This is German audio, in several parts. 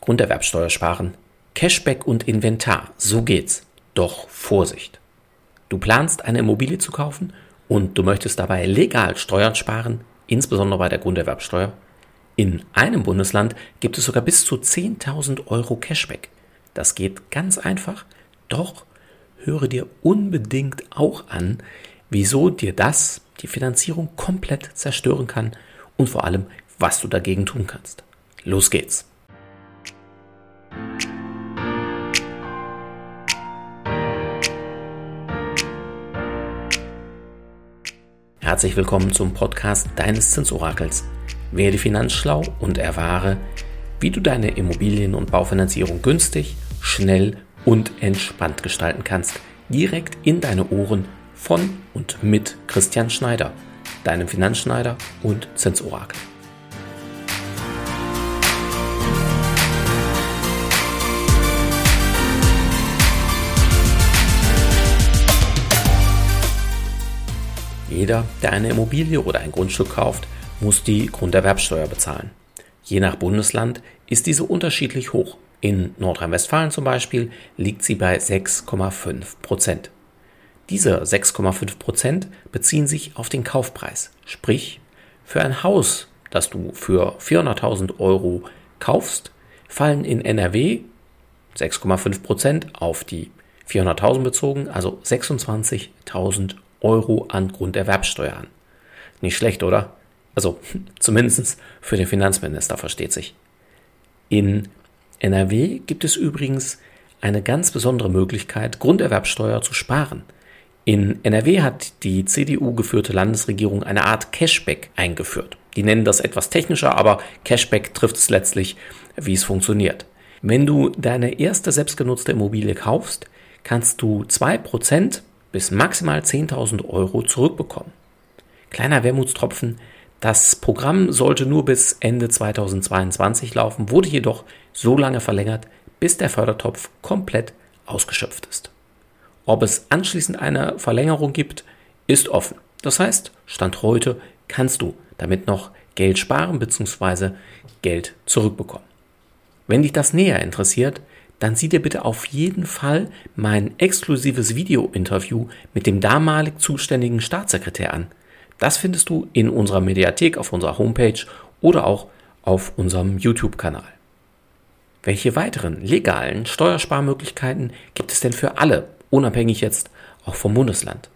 Grunderwerbsteuer sparen, Cashback und Inventar, so geht's. Doch Vorsicht! Du planst eine Immobilie zu kaufen und du möchtest dabei legal Steuern sparen, insbesondere bei der Grunderwerbsteuer. In einem Bundesland gibt es sogar bis zu 10.000 Euro Cashback. Das geht ganz einfach, doch höre dir unbedingt auch an, wieso dir das die Finanzierung komplett zerstören kann und vor allem, was du dagegen tun kannst. Los geht's! Herzlich willkommen zum Podcast deines Zinsorakels. Werde finanzschlau und erfahre, wie du deine Immobilien- und Baufinanzierung günstig, schnell und entspannt gestalten kannst. Direkt in deine Ohren von und mit Christian Schneider, deinem Finanzschneider und Zinsorakel. Jeder, der eine Immobilie oder ein Grundstück kauft, muss die Grunderwerbsteuer bezahlen. Je nach Bundesland ist diese unterschiedlich hoch. In Nordrhein-Westfalen zum Beispiel liegt sie bei 6,5%. Diese 6,5% beziehen sich auf den Kaufpreis. Sprich, für ein Haus, das du für 400.000 Euro kaufst, fallen in NRW 6,5% auf die 400.000 bezogen, also 26.000 Euro an Grunderwerbsteuer an. Nicht schlecht, oder? Also zumindest für den Finanzminister, versteht sich. In NRW gibt es übrigens eine ganz besondere Möglichkeit, Grunderwerbsteuer zu sparen. In NRW hat die CDU-geführte Landesregierung eine Art Cashback eingeführt. Die nennen das etwas technischer, aber Cashback trifft es letztlich, wie es funktioniert. Wenn du deine erste selbstgenutzte Immobilie kaufst, kannst du 2% bis maximal 10.000 Euro zurückbekommen. Kleiner Wermutstropfen, das Programm sollte nur bis Ende 2022 laufen, wurde jedoch so lange verlängert, bis der Fördertopf komplett ausgeschöpft ist. Ob es anschließend eine Verlängerung gibt, ist offen. Das heißt, Stand heute kannst du damit noch Geld sparen bzw. Geld zurückbekommen. Wenn dich das näher interessiert, dann sieh dir bitte auf jeden Fall mein exklusives Video-Interview mit dem damalig zuständigen Staatssekretär an. Das findest du in unserer Mediathek auf unserer Homepage oder auch auf unserem YouTube-Kanal. Welche weiteren legalen Steuersparmöglichkeiten gibt es denn für alle, unabhängig jetzt auch vom Bundesland?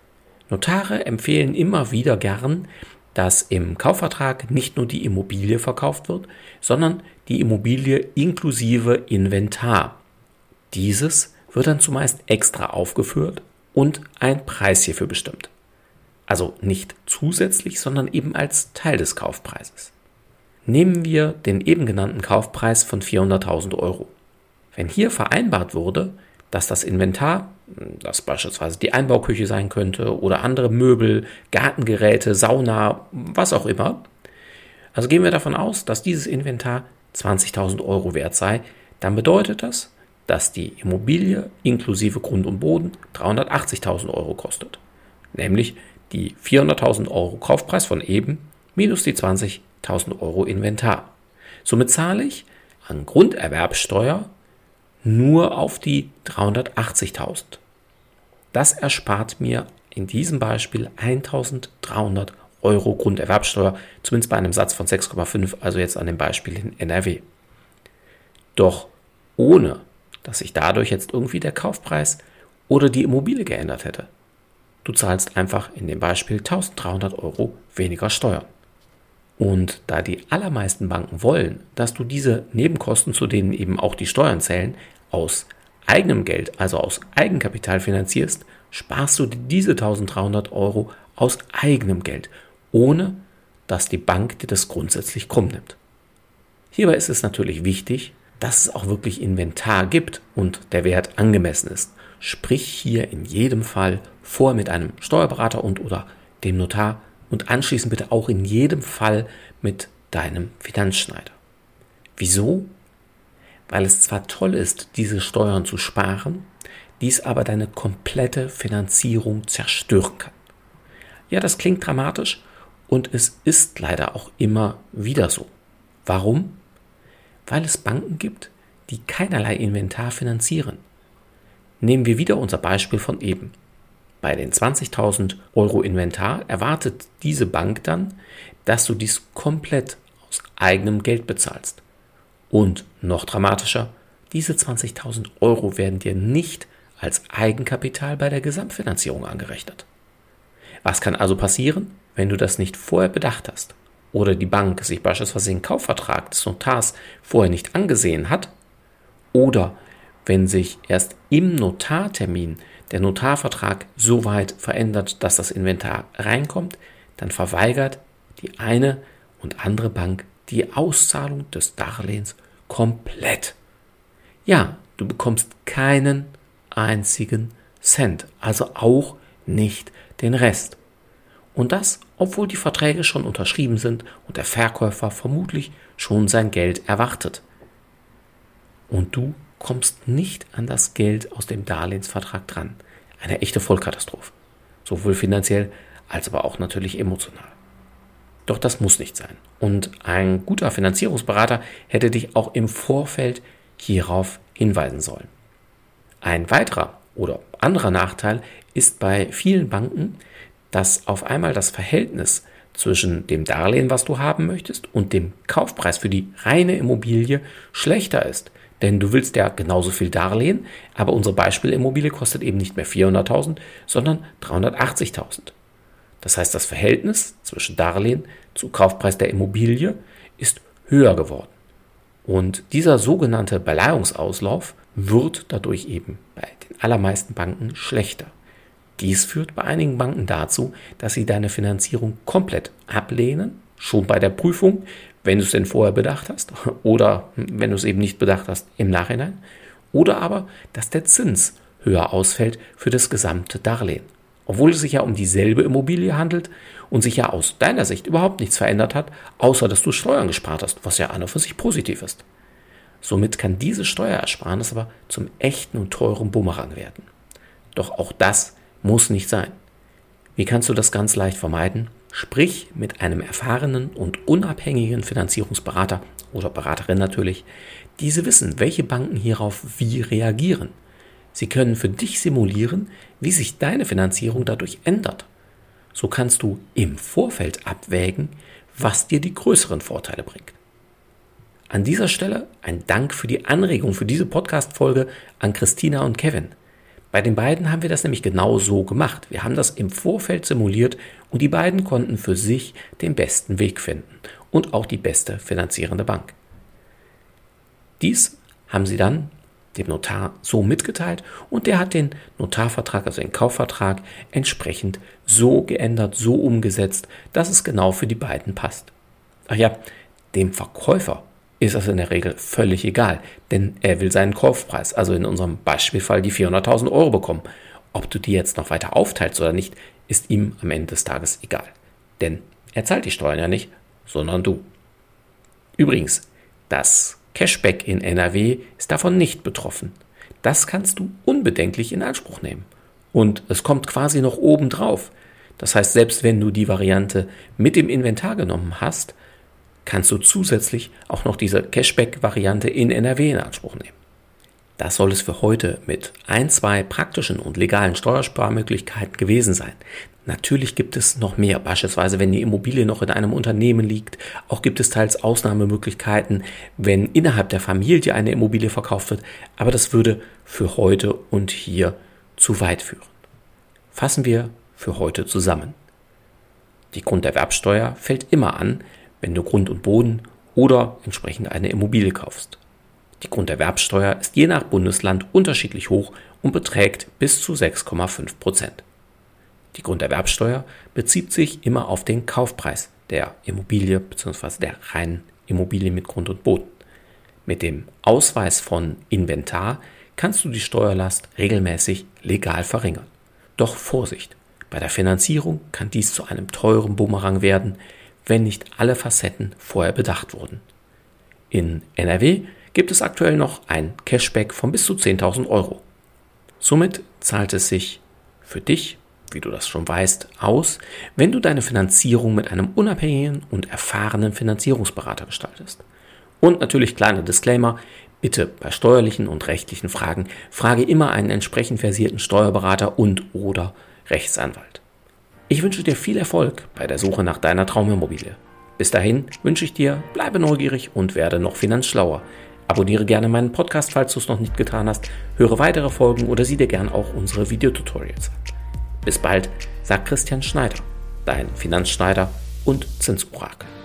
Notare empfehlen immer wieder gern, dass im Kaufvertrag nicht nur die Immobilie verkauft wird, sondern die Immobilie inklusive Inventar. Dieses wird dann zumeist extra aufgeführt und ein Preis hierfür bestimmt. Also nicht zusätzlich, sondern eben als Teil des Kaufpreises. Nehmen wir den eben genannten Kaufpreis von 400.000 Euro. Wenn hier vereinbart wurde, dass das Inventar, das beispielsweise die Einbauküche sein könnte oder andere Möbel, Gartengeräte, Sauna, was auch immer. Also gehen wir davon aus, dass dieses Inventar 20.000 Euro wert sei, dann bedeutet das, dass die Immobilie inklusive Grund und Boden 380.000 Euro kostet. Nämlich die 400.000 Euro Kaufpreis von eben minus die 20.000 Euro Inventar. Somit zahle ich an Grunderwerbsteuer nur auf die 380.000. Das erspart mir in diesem Beispiel 1.300 Euro Grunderwerbsteuer, zumindest bei einem Satz von 6,5, also jetzt an dem Beispiel in NRW. Doch ohne, dass sich dadurch jetzt irgendwie der Kaufpreis oder die Immobilie geändert hätte. Du zahlst einfach in dem Beispiel 1.300 Euro weniger Steuern. Und da die allermeisten Banken wollen, dass du diese Nebenkosten, zu denen eben auch die Steuern zählen, aus eigenem Geld, also aus Eigenkapital finanzierst, sparst du dir diese 1.300 Euro aus eigenem Geld, ohne dass die Bank dir das grundsätzlich krumm nimmt. Hierbei ist es natürlich wichtig, dass es auch wirklich Inventar gibt und der Wert angemessen ist. Sprich hier in jedem Fall vorher mit einem Steuerberater und oder dem Notar und anschließend bitte auch in jedem Fall mit deinem Finanzschneider. Wieso? Weil es zwar toll ist, diese Steuern zu sparen, dies aber deine komplette Finanzierung zerstören kann. Ja, das klingt dramatisch und es ist leider auch immer wieder so. Warum? weil es Banken gibt, die keinerlei Inventar finanzieren. Nehmen wir wieder unser Beispiel von eben. Bei den 20.000 Euro Inventar erwartet diese Bank dann, dass du dies komplett aus eigenem Geld bezahlst. Und noch dramatischer, diese 20.000 Euro werden dir nicht als Eigenkapital bei der Gesamtfinanzierung angerechnet. Was kann also passieren, wenn du das nicht vorher bedacht hast oder die Bank sich beispielsweise den Kaufvertrag des Notars vorher nicht angesehen hat oder wenn sich erst im Notartermin der Notarvertrag so weit verändert, dass das Inventar reinkommt, dann verweigert die eine und andere Bank die Auszahlung des Darlehens komplett. Ja, du bekommst keinen einzigen Cent, also auch nicht den Rest. Und das, obwohl die Verträge schon unterschrieben sind und der Verkäufer vermutlich schon sein Geld erwartet. Und du kommst nicht an das Geld aus dem Darlehensvertrag dran. Eine echte Vollkatastrophe. Sowohl finanziell als aber auch natürlich emotional. Doch das muss nicht sein. Und ein guter Finanzierungsberater hätte dich auch im Vorfeld hierauf hinweisen sollen. Ein weiterer oder anderer Nachteil ist bei vielen Banken, dass auf einmal das Verhältnis zwischen dem Darlehen, was du haben möchtest, und dem Kaufpreis für die reine Immobilie schlechter ist. Denn du willst ja genauso viel Darlehen, aber unsere Beispielimmobilie kostet eben nicht mehr 400.000, sondern 380.000. Das heißt, das Verhältnis zwischen Darlehen zu Kaufpreis der Immobilie ist höher geworden. Und dieser sogenannte Beleihungsauslauf wird dadurch eben bei den allermeisten Banken schlechter. Dies führt bei einigen Banken dazu, dass sie deine Finanzierung komplett ablehnen, schon bei der Prüfung, wenn du es denn vorher bedacht hast, oder wenn du es eben nicht bedacht hast im Nachhinein, oder aber, dass der Zins höher ausfällt für das gesamte Darlehen. Obwohl es sich ja um dieselbe Immobilie handelt und sich ja aus deiner Sicht überhaupt nichts verändert hat, außer dass du Steuern gespart hast, was ja an und für sich positiv ist. Somit kann diese Steuerersparnis aber zum echten und teuren Bumerang werden. Doch auch das muss nicht sein. Wie kannst du das ganz leicht vermeiden? Sprich mit einem erfahrenen und unabhängigen Finanzierungsberater oder Beraterin natürlich. Diese wissen, welche Banken hierauf wie reagieren. Sie können für dich simulieren, wie sich deine Finanzierung dadurch ändert. So kannst du im Vorfeld abwägen, was dir die größeren Vorteile bringt. An dieser Stelle ein Dank für die Anregung für diese Podcast-Folge an Christina und Kevin. Bei den beiden haben wir das nämlich genau so gemacht. Wir haben das im Vorfeld simuliert und die beiden konnten für sich den besten Weg finden und auch die beste finanzierende Bank. Dies haben sie dann dem Notar so mitgeteilt und der hat den Notarvertrag, also den Kaufvertrag, entsprechend so geändert, so umgesetzt, dass es genau für die beiden passt. Ach ja, dem Verkäufer ist das in der Regel völlig egal, denn er will seinen Kaufpreis, also in unserem Beispielfall die 400.000 Euro bekommen. Ob du die jetzt noch weiter aufteilst oder nicht, ist ihm am Ende des Tages egal. Denn er zahlt die Steuern ja nicht, sondern du. Übrigens, das Cashback in NRW ist davon nicht betroffen. Das kannst du unbedenklich in Anspruch nehmen. Und es kommt quasi noch oben drauf. Das heißt, selbst wenn du die Variante mit dem Inventar genommen hast, kannst du zusätzlich auch noch diese Cashback-Variante in NRW in Anspruch nehmen. Das soll es für heute mit 2 praktischen und legalen Steuersparmöglichkeiten gewesen sein. Natürlich gibt es noch mehr, beispielsweise wenn die Immobilie noch in einem Unternehmen liegt. Auch gibt es teils Ausnahmemöglichkeiten, wenn innerhalb der Familie eine Immobilie verkauft wird. Aber das würde für heute und hier zu weit führen. Fassen wir für heute zusammen. Die Grunderwerbsteuer fällt immer an, wenn du Grund und Boden oder entsprechend eine Immobilie kaufst. Die Grunderwerbsteuer ist je nach Bundesland unterschiedlich hoch und beträgt bis zu 6,5%. Die Grunderwerbsteuer bezieht sich immer auf den Kaufpreis der Immobilie bzw. der reinen Immobilie mit Grund und Boden. Mit dem Ausweis von Inventar kannst du die Steuerlast regelmäßig legal verringern. Doch Vorsicht, bei der Finanzierung kann dies zu einem teuren Bumerang werden, wenn nicht alle Facetten vorher bedacht wurden. In NRW gibt es aktuell noch ein Cashback von bis zu 10.000 Euro. Somit zahlt es sich für dich, wie du das schon weißt, aus, wenn du deine Finanzierung mit einem unabhängigen und erfahrenen Finanzierungsberater gestaltest. Und natürlich kleiner Disclaimer, bitte bei steuerlichen und rechtlichen Fragen frage immer einen entsprechend versierten Steuerberater und/oder Rechtsanwalt. Ich wünsche dir viel Erfolg bei der Suche nach deiner Traumimmobilie. Bis dahin wünsche ich dir, bleibe neugierig und werde noch finanzschlauer. Abonniere gerne meinen Podcast, falls du es noch nicht getan hast, höre weitere Folgen oder sieh dir gern auch unsere Videotutorials an. Bis bald, sagt Christian Schneider, dein Finanzschneider und Zinsorakel.